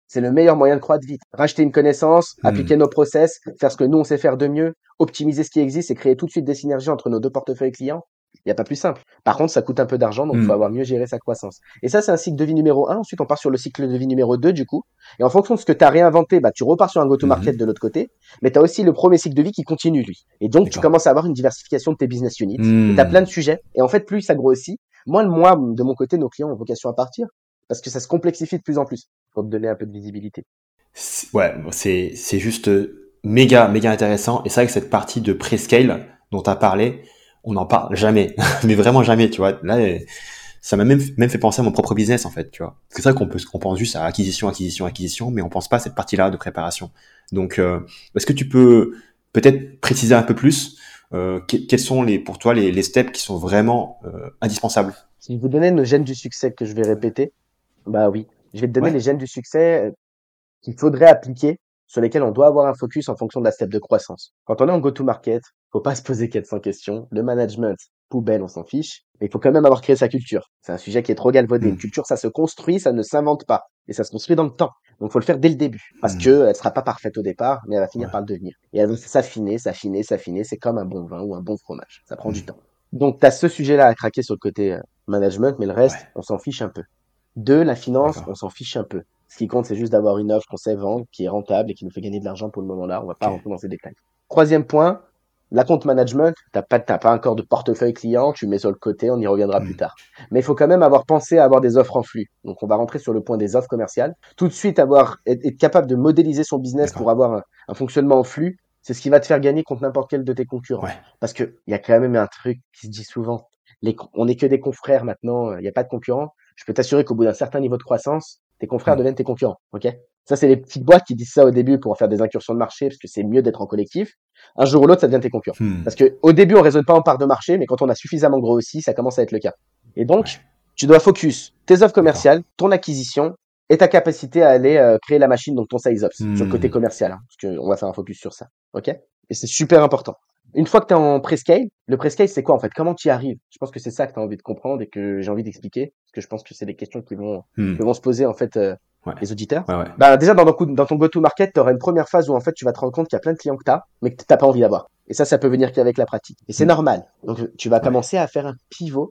C'est le meilleur moyen de croître vite. Racheter une connaissance, Hmm. appliquer nos process, faire ce que nous on sait faire de mieux, optimiser ce qui existe et créer tout de suite des synergies entre nos deux portefeuilles clients. Il n'y a pas plus simple. Par contre, ça coûte un peu d'argent, donc il faut Hmm. avoir mieux géré sa croissance. Et ça, c'est un cycle de vie numéro un. Ensuite, on part sur le cycle de vie numéro 2, du coup. Et en fonction de ce que tu as réinventé, bah, tu repars sur un go-to-market de Mhm. l'autre côté. Mais tu as aussi le premier cycle de vie qui continue, lui. Et donc, tu D'accord. commences à avoir une diversification de tes business units. Et tu as plein de Hmm. sujets. Et en fait, plus ça grossit, moins moi, de mon côté, nos clients ont vocation à partir. Parce que ça se complexifie de plus en plus. Pour te donner un peu de visibilité. Ouais, bon, c'est juste méga méga intéressant. Et c'est vrai que cette partie de prescale dont tu as parlé, on n'en parle jamais, mais vraiment jamais, tu vois. Là, ça m'a même fait penser à mon propre business en fait, tu vois. C'est vrai qu'on pense juste à acquisition, acquisition, acquisition, mais on pense pas à cette partie-là de préparation. Donc, est-ce que tu peux peut-être préciser un peu plus quels sont pour toi les steps qui sont vraiment indispensables? Si je vous donnais nos gènes du succès que je vais répéter, bah oui. Je vais te donner Ouais. les gènes du succès qu'il faudrait appliquer, sur lesquels on doit avoir un focus en fonction de la step de croissance. Quand on est en go-to-market, faut pas se poser 400 questions. Le management, poubelle, on s'en fiche. Mais il faut quand même avoir créé sa culture. C'est un sujet qui est trop galvaudé. Une Hmm. culture, ça se construit, ça ne s'invente pas. Et ça se construit dans le temps. Donc, faut le faire dès le début. Parce Hmm. que elle sera pas parfaite au départ, mais elle va finir Ouais. par le devenir. Et elle va s'affiner, s'affiner, s'affiner. C'est comme un bon vin ou un bon fromage. Ça prend du Hmm. temps. Donc, tu as ce sujet-là à craquer sur le côté management, mais le reste, Ouais. on s'en fiche un peu. Deux, la finance, D'accord. on s'en fiche un peu. Ce qui compte, c'est juste d'avoir une offre qu'on sait vendre, qui est rentable et qui nous fait gagner de l'argent pour le moment-là. On va pas Ok. rentrer dans ces détails. Troisième point, la compte management. T'as pas encore de portefeuille client, tu mets sur le côté, on y reviendra plus Hmm. tard. Mais il faut quand même avoir pensé à avoir des offres en flux. Donc on va rentrer sur le point des offres commerciales. Tout de suite être capable de modéliser son business D'accord. pour avoir un fonctionnement en flux, c'est ce qui va te faire gagner contre n'importe quel de tes concurrents. Ouais. Parce que il y a quand même un truc qui se dit souvent. On n'est que des confrères maintenant, il n'y a pas de concurrents. Je peux t'assurer qu'au bout d'un certain niveau de croissance, tes confrères Hmm. deviennent tes concurrents, ok? Ça, c'est les petites boîtes qui disent ça au début pour faire des incursions de marché, parce que c'est mieux d'être en collectif. Un jour ou l'autre, ça devient tes concurrents. Hmm. Parce que au début, on raisonne pas en part de marché, mais quand on a suffisamment grossi, ça commence à être le cas. Et Ouais. donc, tu dois focus tes offres D'accord. commerciales, ton acquisition et ta capacité à aller créer la machine, donc ton sales ops, sur le côté Hmm. commercial, hein, parce qu'on va faire un focus sur ça, ok? Et c'est super important. Une fois que tu es en prescale, le prescale, c'est quoi en fait? Comment tu y arrives? Je pense que c'est ça que tu as envie de comprendre et que j'ai envie d'expliquer, parce que je pense que c'est des questions Hmm. que vont se poser en fait Ouais. les auditeurs. Ouais, ouais. Bah, déjà, dans ton go-to-market, tu auras une première phase où en fait tu vas te rendre compte qu'il y a plein de clients que tu as, mais que tu n'as pas envie d'avoir. Et ça peut venir qu'avec la pratique. Et c'est Hmm. normal. Donc tu vas Ouais. commencer à faire un pivot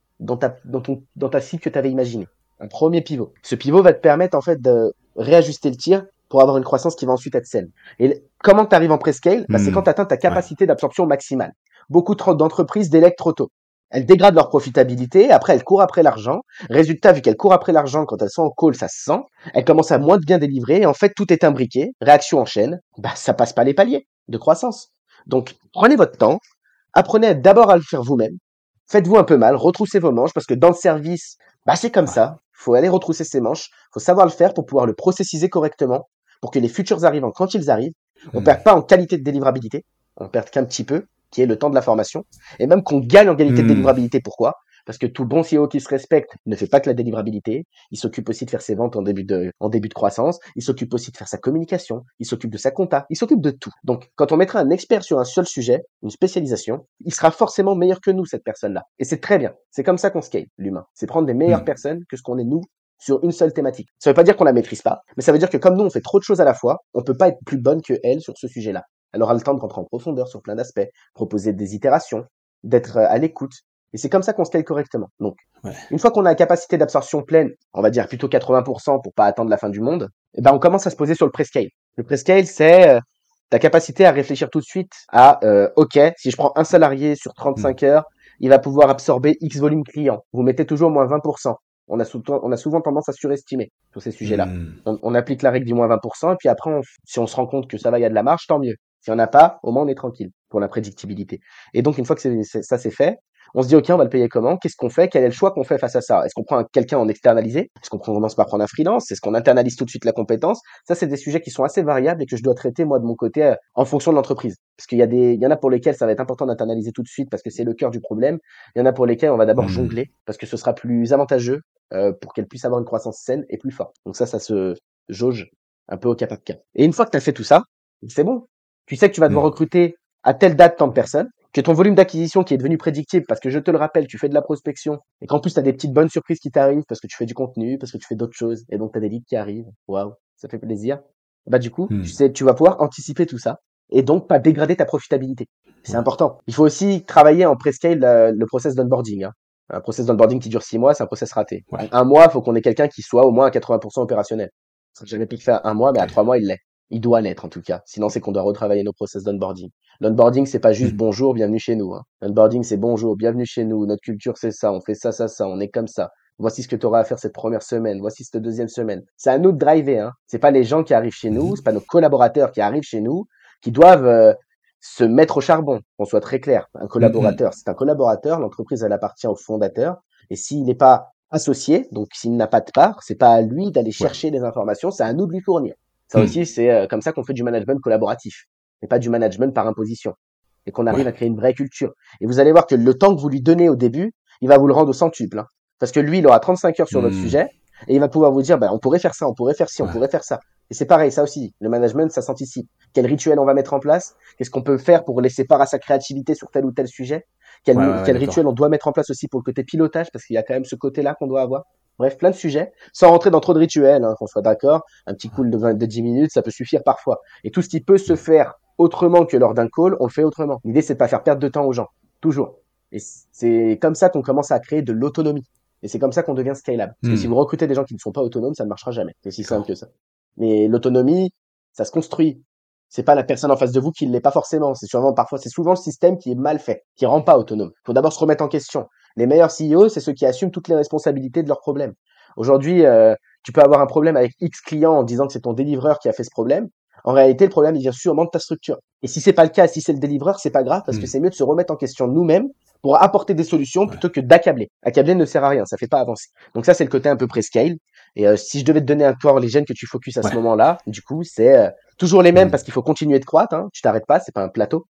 dans ta cible que tu avais imaginé. Un premier pivot. Ce pivot va te permettre en fait de réajuster le tir pour avoir une croissance qui va ensuite être saine. Et comment tu arrives en prescale? Bah, c'est quand Hmm. tu atteins ta Ouais. capacité d'absorption maximale. Beaucoup trop d'entreprises délèguent trop tôt. Elles dégradent leur profitabilité, après elles courent après l'argent. Résultat, vu qu'elles courent après l'argent, quand elles sont en call, ça se sent. Elles commencent à moins de bien délivrer, et en fait, tout est imbriqué. Réaction en chaîne, bah, ça passe pas les paliers de croissance. Donc, prenez votre temps, apprenez d'abord à le faire vous-même. Faites-vous un peu mal, retroussez vos manches, parce que dans le service, bah, c'est comme Ouais. ça. Faut aller retrousser ses manches, faut savoir le faire pour pouvoir le processiser correctement, pour que les futurs arrivants, quand ils arrivent, on Hmm. perd pas en qualité de délivrabilité, on perd qu'un petit peu, qui est le temps de la formation, et même qu'on gagne en qualité de Hmm. délivrabilité. Pourquoi? Parce que tout bon CEO qui se respecte ne fait pas que la délivrabilité, il s'occupe aussi de faire ses ventes en début de croissance, il s'occupe aussi de faire sa communication, il s'occupe de sa compta, il s'occupe de tout. Donc, quand on mettra un expert sur un seul sujet, une spécialisation, il sera forcément meilleur que nous, cette personne-là. Et c'est très bien. C'est comme ça qu'on scale, l'humain. C'est prendre des meilleures Hmm. personnes que ce qu'on est nous sur une seule thématique. Ça veut pas dire qu'on la maîtrise pas, mais ça veut dire que comme nous, on fait trop de choses à la fois, on peut pas être plus bonne que elle sur ce sujet-là. Elle aura le temps de rentrer en profondeur sur plein d'aspects, proposer des itérations, d'être à l'écoute. Et c'est comme ça qu'on scale correctement. Donc, Ouais. une fois qu'on a la capacité d'absorption pleine, on va dire plutôt 80% pour pas attendre la fin du monde, eh ben on commence à se poser sur le prescale. Le prescale, c'est ta capacité à réfléchir tout de suite à OK, si je prends un salarié sur Hmm. 35 heures, il va pouvoir absorber X volume client. Vous mettez toujours moins 20%. On a souvent tendance à surestimer sur ces sujets-là. Hmm. On applique la règle du moins 20%, et puis après, si on se rend compte que ça va, il y a de la marge, tant mieux. Si on n'a pas, au moins on est tranquille pour la prédictibilité. Et donc, une fois que ça c'est fait, on se dit, OK, on va le payer comment? Qu'est-ce qu'on fait? Quel est le choix qu'on fait face à ça? Est-ce qu'on prend quelqu'un en externalisé? Est-ce qu'on commence par prendre un freelance? Est-ce qu'on internalise tout de suite la compétence? Ça, c'est des sujets qui sont assez variables et que je dois traiter, moi, de mon côté, en fonction de l'entreprise. Parce il y en a pour lesquels ça va être important d'internaliser tout de suite parce que c'est le cœur du problème. Il y en a pour lesquels on va d'abord Hmm. jongler parce que ce sera plus avantageux, pour qu'elles puissent avoir une croissance saine et plus forte. Donc ça se jauge un peu au cas par cas. Et une fois que tu as fait tout ça, c'est bon. Tu sais que tu vas devoir Hmm. recruter à telle date tant de personnes, que ton volume d'acquisition qui est devenu prédictible parce que je te le rappelle, tu fais de la prospection et qu'en plus tu as des petites bonnes surprises qui t'arrivent parce que tu fais du contenu, parce que tu fais d'autres choses et donc tu as des leads qui arrivent. Waouh. ça fait plaisir. Bah, du coup, Hmm. tu vas pouvoir anticiper tout ça et donc pas dégrader ta profitabilité. C'est Ouais. important. Il faut aussi travailler en prescale le process d'onboarding, hein. Un process d'onboarding qui dure 6 mois, c'est un process raté. Ouais. Un mois, il faut qu'on ait quelqu'un qui soit au moins à 80% opérationnel. J'avais pu le faire un mois, mais à Ok. 3 mois, il l'est. Il doit l'être, en tout cas. Sinon, c'est qu'on doit retravailler nos process d'onboarding. L'onboarding, c'est pas juste Hmm. bonjour, bienvenue chez nous, hein. L'onboarding, c'est bonjour, bienvenue chez nous. Notre culture, c'est ça. On fait ça, ça, ça. On est comme ça. Voici ce que tu auras à faire cette première semaine. Voici cette deuxième semaine. C'est à nous de driver, hein. C'est pas les gens qui arrivent chez nous. Mhm. C'est pas nos collaborateurs qui arrivent chez nous qui doivent se mettre au charbon. Qu'on soit très clair. Un Mhm. collaborateur, c'est un collaborateur. L'entreprise, elle appartient au fondateur. Et s'il n'est pas associé, donc s'il n'a pas de part, c'est pas à lui d'aller Ouais. chercher les informations, c'est à nous de lui fournir. Ça Hmm. aussi, c'est comme ça qu'on fait du management collaboratif, et pas du management par imposition, et qu'on arrive Ouais. à créer une vraie culture. Et vous allez voir que le temps que vous lui donnez au début, il va vous le rendre au centuple, hein. Parce que lui, il aura 35 heures sur votre Hmm. sujet, et il va pouvoir vous dire, bah, on pourrait faire ça, on pourrait faire ci, on Ouais. pourrait faire ça. Et c'est pareil, ça aussi, le management, ça s'anticipe. Quel rituel on va mettre en place? Qu'est-ce qu'on peut faire pour laisser part à sa créativité sur tel ou tel sujet? Ouais, ouais, ouais, Quel d'accord. rituel on doit mettre en place aussi pour le côté pilotage, parce qu'il y a quand même ce côté-là qu'on doit avoir. Bref, plein de sujets, sans rentrer dans trop de rituels, hein, qu'on soit d'accord. Un petit call de 10 minutes, ça peut suffire parfois. Et tout ce qui peut se faire autrement que lors d'un call, on le fait autrement. L'idée, c'est de pas faire perdre de temps aux gens. Toujours. Et c'est comme ça qu'on commence à créer de l'autonomie. Et c'est comme ça qu'on devient scalable. Parce que si Hmm. vous recrutez des gens qui ne sont pas autonomes, ça ne marchera jamais. C'est aussi simple D'accord. que ça. Mais l'autonomie, ça se construit. C'est pas la personne en face de vous qui l'est pas forcément. C'est souvent le système qui est mal fait, qui rend pas autonome. Il faut d'abord se remettre en question. Les meilleurs CEO, c'est ceux qui assument toutes les responsabilités de leurs problèmes. Aujourd'hui, tu peux avoir un problème avec X client en disant que c'est ton délivreur qui a fait ce problème. En réalité, le problème, il vient sûrement de ta structure. Et si c'est pas le cas, si c'est le délivreur, c'est pas grave parce que Hmm. c'est mieux de se remettre en question nous-mêmes pour apporter des solutions Ouais. plutôt que d'accabler. Accabler ne sert à rien, ça fait pas avancer. Donc ça, c'est le côté un peu prescale. Et si je devais te donner encore les gènes que tu focuses à ce Ouais. moment-là, du coup, c'est toujours les mêmes Hmm. parce qu'il faut continuer de croître, hein. Tu t'arrêtes pas, c'est pas un plateau.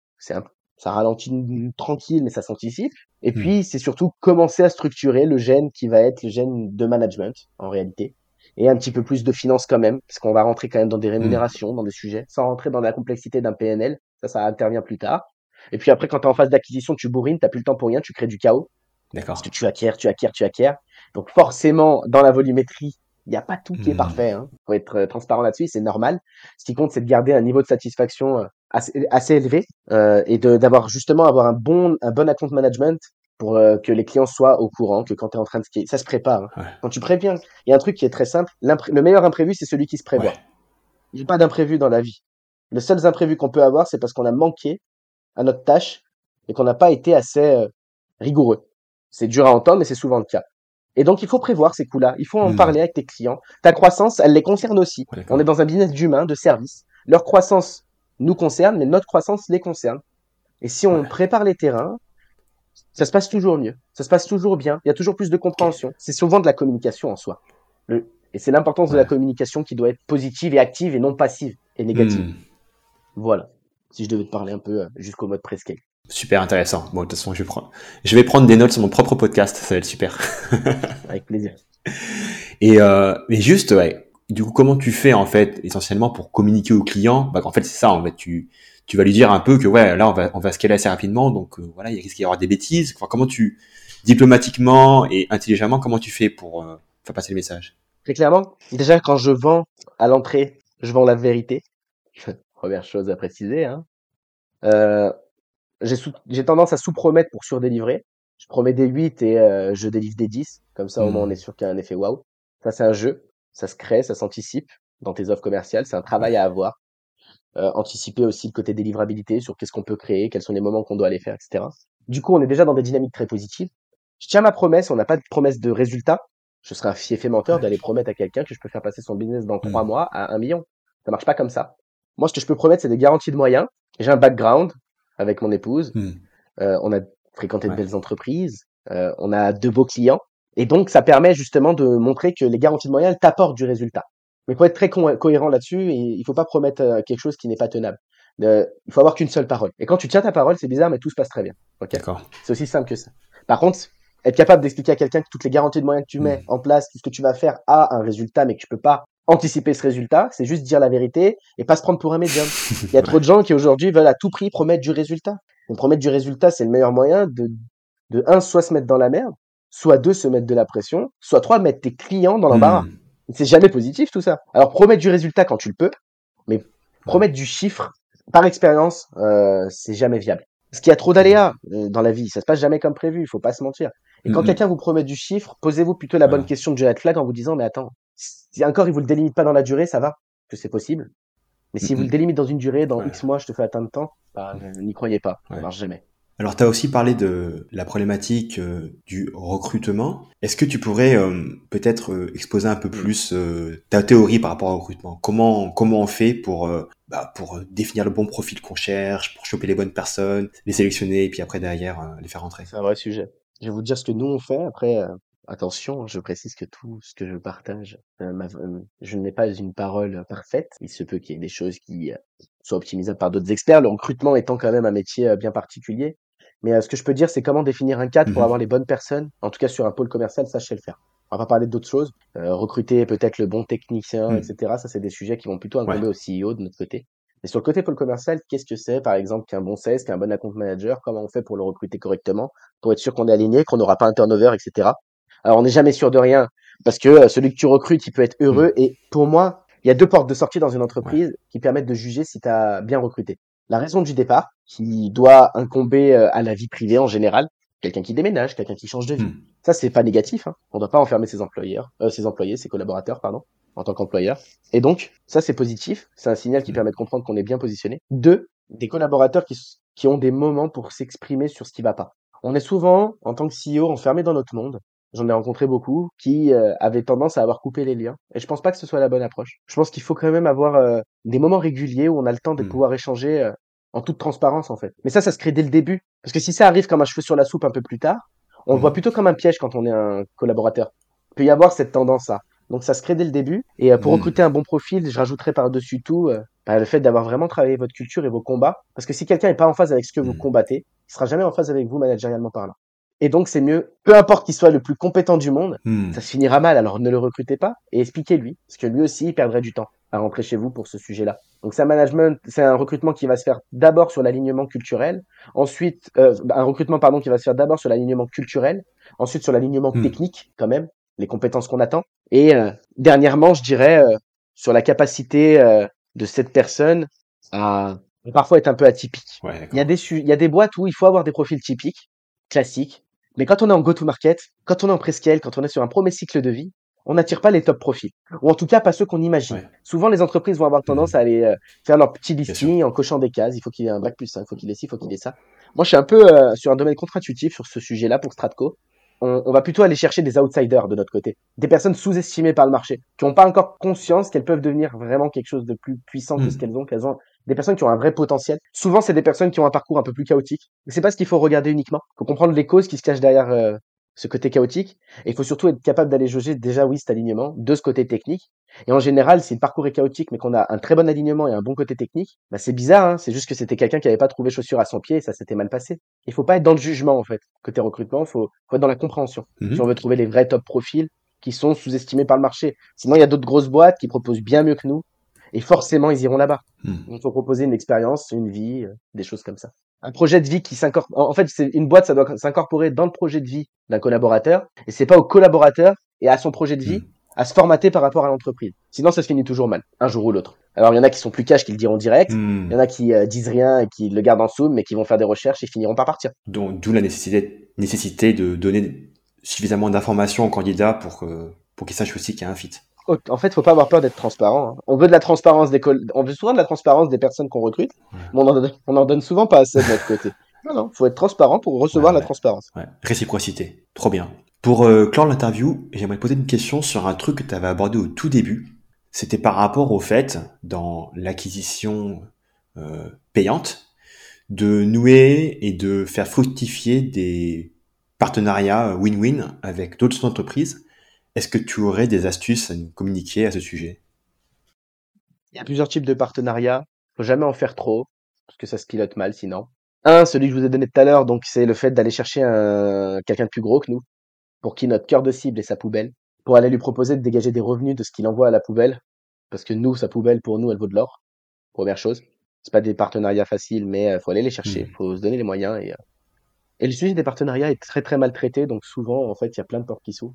Ça ralentit tranquille, mais ça s'anticipe. Et Hmm. puis, c'est surtout commencer à structurer le gène qui va être le gène de management, en réalité. Et un petit peu plus de finance quand même, parce qu'on va rentrer quand même dans des Hmm. rémunérations, dans des sujets, sans rentrer dans la complexité d'un PNL. Ça intervient plus tard. Et puis après, quand tu es en phase d'acquisition, tu bourrines, t'as plus le temps pour rien, tu crées du chaos. Parce que D'accord. tu acquiers, tu acquiers, tu acquiers. Donc forcément, dans la volumétrie, il n'y a pas tout qui est Hmm. parfait, hein. Faut être transparent là-dessus, c'est normal. Ce qui compte, c'est de garder un niveau de satisfaction assez élevé et d'avoir justement avoir un bon account management pour que les clients soient au courant que quand tu es en train de skier, ça se prépare, hein. Ouais. Quand tu préviens, il y a un truc qui est très simple. Le meilleur imprévu, c'est celui qui se Ouais. prévoit. Il n'y a pas d'imprévu dans la vie. Les seuls imprévus qu'on peut avoir, c'est parce qu'on a manqué à notre tâche et qu'on n'a pas été assez rigoureux. C'est dur à entendre, mais c'est souvent le cas. Et donc, il faut prévoir ces coûts-là. Il faut en Hmm. parler avec tes clients. Ta croissance, elle les concerne aussi. Ouais, On est d'accord. dans un business d'humain, de service. Leur croissance nous concerne, mais notre croissance les concerne. Et si on Ouais. prépare les terrains, ça se passe toujours mieux. Ça se passe toujours bien. Il y a toujours plus de Ok. compréhension. C'est souvent de la communication en soi. Et c'est l'importance de la Ouais. communication qui doit être positive et active et non passive et négative. Hmm. Voilà. Si je devais te parler un peu jusqu'au mode prescale. Super intéressant. Bon, de toute façon, je vais prendre des notes sur mon propre podcast. Ça va être super. Avec plaisir. Mais juste, ouais. Du coup, comment tu fais en fait essentiellement pour communiquer au client? Bah, en fait, c'est ça. En fait, tu vas lui dire un peu que ouais, là, on va scaler assez rapidement. Donc voilà, il risque d'y avoir des bêtises. Enfin, comment tu diplomatiquement et intelligemment, comment tu fais pour faire passer le message? Très clairement, déjà, quand je vends à l'entrée, je vends la vérité. Première chose à préciser, hein. Euh, j'ai tendance à sous-promettre pour surdélivrer. Je promets des 8 et je délivre des 10. Comme ça, au moins, on est Hmm. sûr qu'il y a un effet waouh. Ça, c'est un jeu. Ça se crée, ça s'anticipe dans tes offres commerciales. C'est un travail Ouais. à avoir. Anticiper aussi le côté délivrabilité sur qu'est-ce qu'on peut créer, quels sont les moments qu'on doit aller faire, etc. Du coup, on est déjà dans des dynamiques très positives. Je tiens ma promesse. On n'a pas de promesse de résultat. Je serais un fiefé menteur Ouais. d'aller promettre à quelqu'un que je peux faire passer son business dans 3 Hmm. mois à 1 million. Ça marche pas comme ça. Moi, ce que je peux promettre, c'est des garanties de moyens. J'ai un background avec mon épouse. Hmm. On a fréquenté de Ouais. belles entreprises. On a de beaux clients. Et donc, ça permet justement de montrer que les garanties de moyens, elles t'apportent du résultat. Mais il faut être très cohérent là-dessus et il faut pas promettre quelque chose qui n'est pas tenable. Il faut avoir qu'une seule parole. Et quand tu tiens ta parole, c'est bizarre, mais tout se passe très bien. Ok. D'accord. C'est aussi simple que ça. Par contre, être capable d'expliquer à quelqu'un que toutes les garanties de moyens que tu mets Hmm. en place, tout ce que tu vas faire a un résultat, mais que tu peux pas anticiper ce résultat, c'est juste dire la vérité et pas se prendre pour un médium. Il y a trop Ouais. de gens qui aujourd'hui veulent à tout prix promettre du résultat. Et promettre du résultat, c'est le meilleur moyen de un, soit se mettre dans la merde, soit deux, se mettre de la pression, soit trois, mettre tes clients dans l'embarras. Hmm. C'est jamais positif tout ça. Alors promettre du résultat quand tu le peux, mais Ouais. promettre du chiffre par expérience, c'est jamais viable. Parce qu'il y a trop Mm. d'aléas dans la vie, ça se passe jamais comme prévu, il faut pas se mentir. Et Mm, quand quelqu'un mm. vous promet du chiffre, posez-vous plutôt la bonne Voilà. question de red flag en vous disant mais attends, si encore il vous le délimite pas dans la durée, ça va, que c'est possible. Mais Mm, si vous le mm. délimite dans une durée, dans Ouais. X mois, je te fais atteindre temps, bah, n'y croyez pas, ça Ouais. marche jamais. Alors, tu as aussi parlé de la problématique du recrutement. Est-ce que tu pourrais peut-être exposer un peu Hmm. plus ta théorie par rapport au recrutement? Comment on fait pour définir le bon profil qu'on cherche, pour choper les bonnes personnes, les sélectionner et puis après derrière les faire rentrer? C'est un vrai sujet. Je vais vous dire ce que nous on fait. Après, attention, hein, je précise que tout ce que je partage, je n'ai pas une parole parfaite. Il se peut qu'il y ait des choses qui soient optimisables par d'autres experts. Le recrutement étant quand même un métier bien particulier. Mais ce que je peux dire, c'est comment définir un cadre pour avoir Mhm. les bonnes personnes. En tout cas, sur un pôle commercial, ça, je sais le faire. On va pas parler d'autres choses. Recruter peut-être le bon technicien, Mm. etc. Ça, c'est des sujets qui vont plutôt Ouais. incomber au CEO de notre côté. Et sur le côté pôle commercial, qu'est-ce que c'est, par exemple, qu'un bon sales, qu'un bon account manager? Comment on fait pour le recruter correctement, pour être sûr qu'on est aligné, qu'on n'aura pas un turnover, etc. Alors, on n'est jamais sûr de rien, parce que celui que tu recrutes, il peut être heureux. Mm. Et pour moi, il y a deux portes de sortie dans une Ouais. entreprise qui permettent de juger si tu as bien recruté. La raison du départ, qui doit incomber à la vie privée en général, quelqu'un qui déménage, quelqu'un qui change de vie. Mm. Ça, c'est pas négatif, hein. On ne doit pas enfermer ses employés, ses collaborateurs, pardon, en tant qu'employeur. Et donc, ça, c'est positif. C'est un signal qui Mm. permet de comprendre qu'on est bien positionné. Deux, des collaborateurs qui ont des moments pour s'exprimer sur ce qui va pas. On est souvent, en tant que CEO, enfermé dans notre monde. J'en ai rencontré beaucoup qui avaient tendance à avoir coupé les liens. Et je pense pas que ce soit la bonne approche. Je pense qu'il faut quand même avoir des moments réguliers où on a le temps de Mm. pouvoir échanger en toute transparence, en fait. Mais ça se crée dès le début. Parce que si ça arrive comme un cheveu sur la soupe un peu plus tard, on le voit Mhm. plutôt comme un piège quand on est un collaborateur. Il peut y avoir cette tendance-là. Donc ça se crée dès le début. Et pour recruter Mm. un bon profil, je rajouterais par-dessus tout le fait d'avoir vraiment travaillé votre culture et vos combats. Parce que si quelqu'un n'est pas en phase avec ce que vous Mm. combattez, il sera jamais en phase avec vous managérialement parlant. Et donc c'est mieux, peu importe qu'il soit le plus compétent du monde, ça Mm. se finira mal. Alors ne le recrutez pas et expliquez-lui, parce que lui aussi il perdrait du temps à rentrer chez vous pour ce sujet-là. Donc c'est un recrutement qui va se faire d'abord sur l'alignement culturel, ensuite un recrutement pardon qui va se faire d'abord sur l'alignement culturel, ensuite sur l'alignement Mm. technique quand même, les compétences qu'on attend, et dernièrement je dirais sur la capacité de cette personne à parfois être un peu atypique. Ouais, Il d'accord. y a des boîtes où il faut avoir des profils typiques, classiques, mais quand on est en go-to-market, quand on est en prescale, quand on est sur un premier cycle de vie, on n'attire pas les top profils, ou en tout cas pas ceux qu'on imagine. Ouais. Souvent, les entreprises vont avoir tendance à Mm. aller faire leur petit Bien sûr. listing en cochant des cases. Il faut qu'il y ait un bac+5, il faut qu'il ait ci, il faut qu'il ait ça. Moi, je suis un peu sur un domaine contre-intuitif sur ce sujet-là pour Stratco. On va plutôt aller chercher des outsiders de notre côté, des personnes sous-estimées par le marché, qui n'ont pas encore conscience qu'elles peuvent devenir vraiment quelque chose de plus puissant que ce Mm. qu'elles ont des personnes qui ont un vrai potentiel. Souvent, c'est des personnes qui ont un parcours un peu plus chaotique. Mais c'est pas ce qu'il faut regarder uniquement. Il faut comprendre les causes qui se cachent derrière ce côté chaotique. Et il faut surtout être capable d'aller jauger déjà, oui, cet alignement, de ce côté technique. Et en général, si le parcours est chaotique, mais qu'on a un très bon alignement et un bon côté technique, bah c'est bizarre, hein. C'est juste que c'était quelqu'un qui avait pas trouvé chaussure à son pied et ça s'était mal passé. Il faut pas être dans le jugement, en fait. Côté recrutement, faut être dans la compréhension. Si on veut Mhm. trouver les vrais top profils qui sont sous-estimés par le marché. Sinon, il y a d'autres grosses boîtes qui proposent bien mieux que nous. Et forcément, ils iront là-bas. Mm. Il faut proposer une expérience, une vie, des choses comme ça. Un projet de vie qui s'incorpore. En fait, c'est une boîte, ça doit s'incorporer dans le projet de vie d'un collaborateur. Et c'est pas au collaborateur et à son projet de vie Mm. à se formater par rapport à l'entreprise. Sinon, ça se finit toujours mal, un jour ou l'autre. Alors, il y en a qui sont plus cash, qui le diront direct. Il y en Mm. a qui disent rien et qui le gardent en dessous, mais qui vont faire des recherches et finiront par partir. Donc, d'où la nécessité de donner suffisamment d'informations au candidat pour qu'il sache aussi qu'il y a un fit. En fait, faut pas avoir peur d'être transparent, hein. On veut de la transparence on veut souvent de la transparence des personnes qu'on recrute, Ouais, mais on en donne souvent pas assez de notre côté. Non, non, faut être transparent pour ouais, recevoir la ouais. transparence. Ouais. Réciprocité. Trop bien. Pour clore l'interview, j'aimerais te poser une question sur un truc que tu avais abordé au tout début. C'était par rapport au fait, dans l'acquisition payante, de nouer et de faire fructifier des partenariats win-win avec d'autres entreprises. Est-ce que tu aurais des astuces à nous communiquer à ce sujet? Il y a plusieurs types de partenariats. Faut jamais en faire trop, parce que ça se pilote mal sinon. Un, celui que je vous ai donné tout à l'heure, donc c'est le fait d'aller chercher quelqu'un de plus gros que nous, pour qui notre cœur de cible est sa poubelle, pour aller lui proposer de dégager des revenus de ce qu'il envoie à la poubelle, parce que nous, sa poubelle, pour nous, elle vaut de l'or. Première chose. C'est pas des partenariats faciles, mais faut aller les chercher, Hmm. faut se donner les moyens et le sujet des partenariats est très très mal traité, donc souvent en fait il y a plein de portes qui s'ouvrent.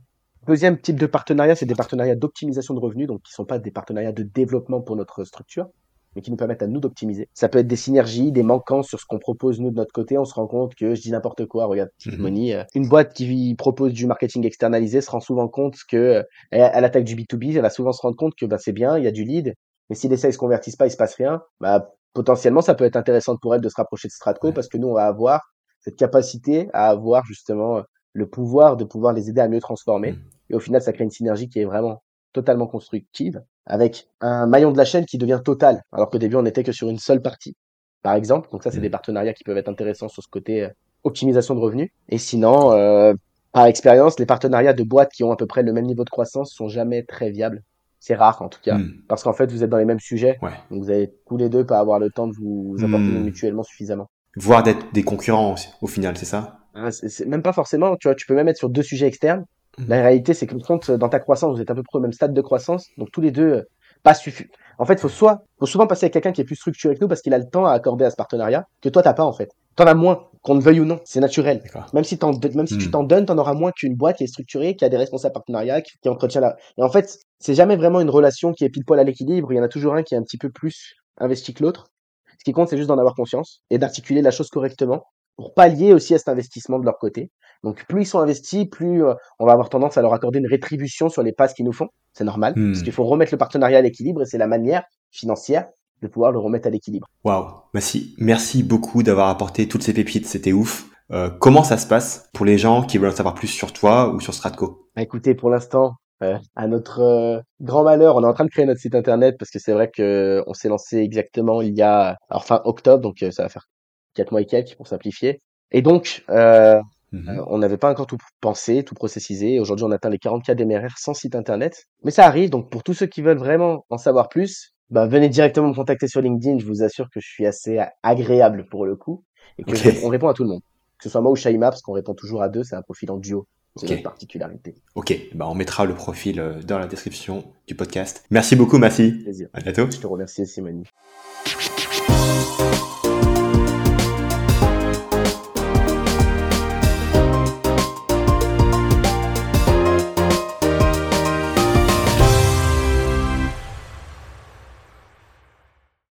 Deuxième type de partenariat, c'est des partenariats d'optimisation de revenus, donc qui sont pas des partenariats de développement pour notre structure, mais qui nous permettent à nous d'optimiser. Ça peut être des synergies, des manquances sur ce qu'on propose nous de notre côté. On se rend compte que, je dis n'importe quoi, regarde, petite Money, une boîte qui propose du marketing externalisé se rend souvent compte que, à l'attaque du B2B, elle va souvent se rendre compte que, bah, c'est bien, il y a du lead, mais si les sales se convertissent pas, il se passe rien. Bah, potentiellement, ça peut être intéressant pour elle de se rapprocher de Stratco Ouais. parce que nous, on va avoir cette capacité à avoir justement le pouvoir de pouvoir les aider à mieux transformer. Et au final, ça crée une synergie qui est vraiment totalement constructive avec un maillon de la chaîne qui devient total, alors qu'au début, on n'était que sur une seule partie, par exemple. Donc ça, c'est des partenariats qui peuvent être intéressants sur ce côté optimisation de revenus. Et sinon, par expérience, les partenariats de boîtes qui ont à peu près le même niveau de croissance sont jamais très viables. C'est rare, en tout cas. Parce qu'en fait, vous êtes dans les mêmes sujets. Ouais. Donc vous allez tous les deux pas avoir le temps de vous apporter mutuellement suffisamment. Voire d'être des concurrents aussi, au final, c'est ça? C'est même pas forcément, tu vois, tu peux même être sur deux sujets externes. La réalité, c'est que compte dans ta croissance, vous êtes à peu près au même stade de croissance, donc tous les deux pas suffisent. En fait, faut souvent passer avec quelqu'un qui est plus structuré que nous parce qu'il a le temps à accorder à ce partenariat que toi t'as pas en fait. T'en as moins, qu'on le veuille ou non, c'est naturel. D'accord. Même si tu t'en donnes, t'en auras moins qu'une boîte qui est structurée, qui a des responsables partenariats, qui entretient la. Et en fait, c'est jamais vraiment une relation qui est pile poil à l'équilibre. Il y en a toujours un qui est un petit peu plus investi que l'autre. Ce qui compte, c'est juste d'en avoir conscience et d'articuler la chose correctement pour pallier aussi à cet investissement de leur côté. Donc plus ils sont investis, plus on va avoir tendance à leur accorder une rétribution sur les passes qu'ils nous font. C'est normal, parce qu'il faut remettre le partenariat à l'équilibre et c'est la manière financière de pouvoir le remettre à l'équilibre. Waouh, merci beaucoup d'avoir apporté toutes ces pépites, c'était ouf. Comment ça se passe pour les gens qui veulent en savoir plus sur toi ou sur Stratco? Bah, écoutez, pour l'instant, à notre grand malheur, on est en train de créer notre site internet parce que c'est vrai que on s'est lancé exactement il y a alors fin octobre, donc ça va faire 4 mois et quelques pour simplifier. Et donc, on n'avait pas encore tout pensé, tout processisé. Aujourd'hui, on atteint les 40K d'MRR sans site internet. Mais ça arrive, donc pour tous ceux qui veulent vraiment en savoir plus, bah, venez directement me contacter sur LinkedIn. Je vous assure que je suis assez agréable pour le coup et que on répond à tout le monde. Que ce soit moi ou Shaima, parce qu'on répond toujours à deux, c'est un profil en duo. C'est notre particularité. Ok, bah on mettra le profil dans la description du podcast. Merci beaucoup, Massy. Plaisir. À bientôt. Je te remercie, Simone.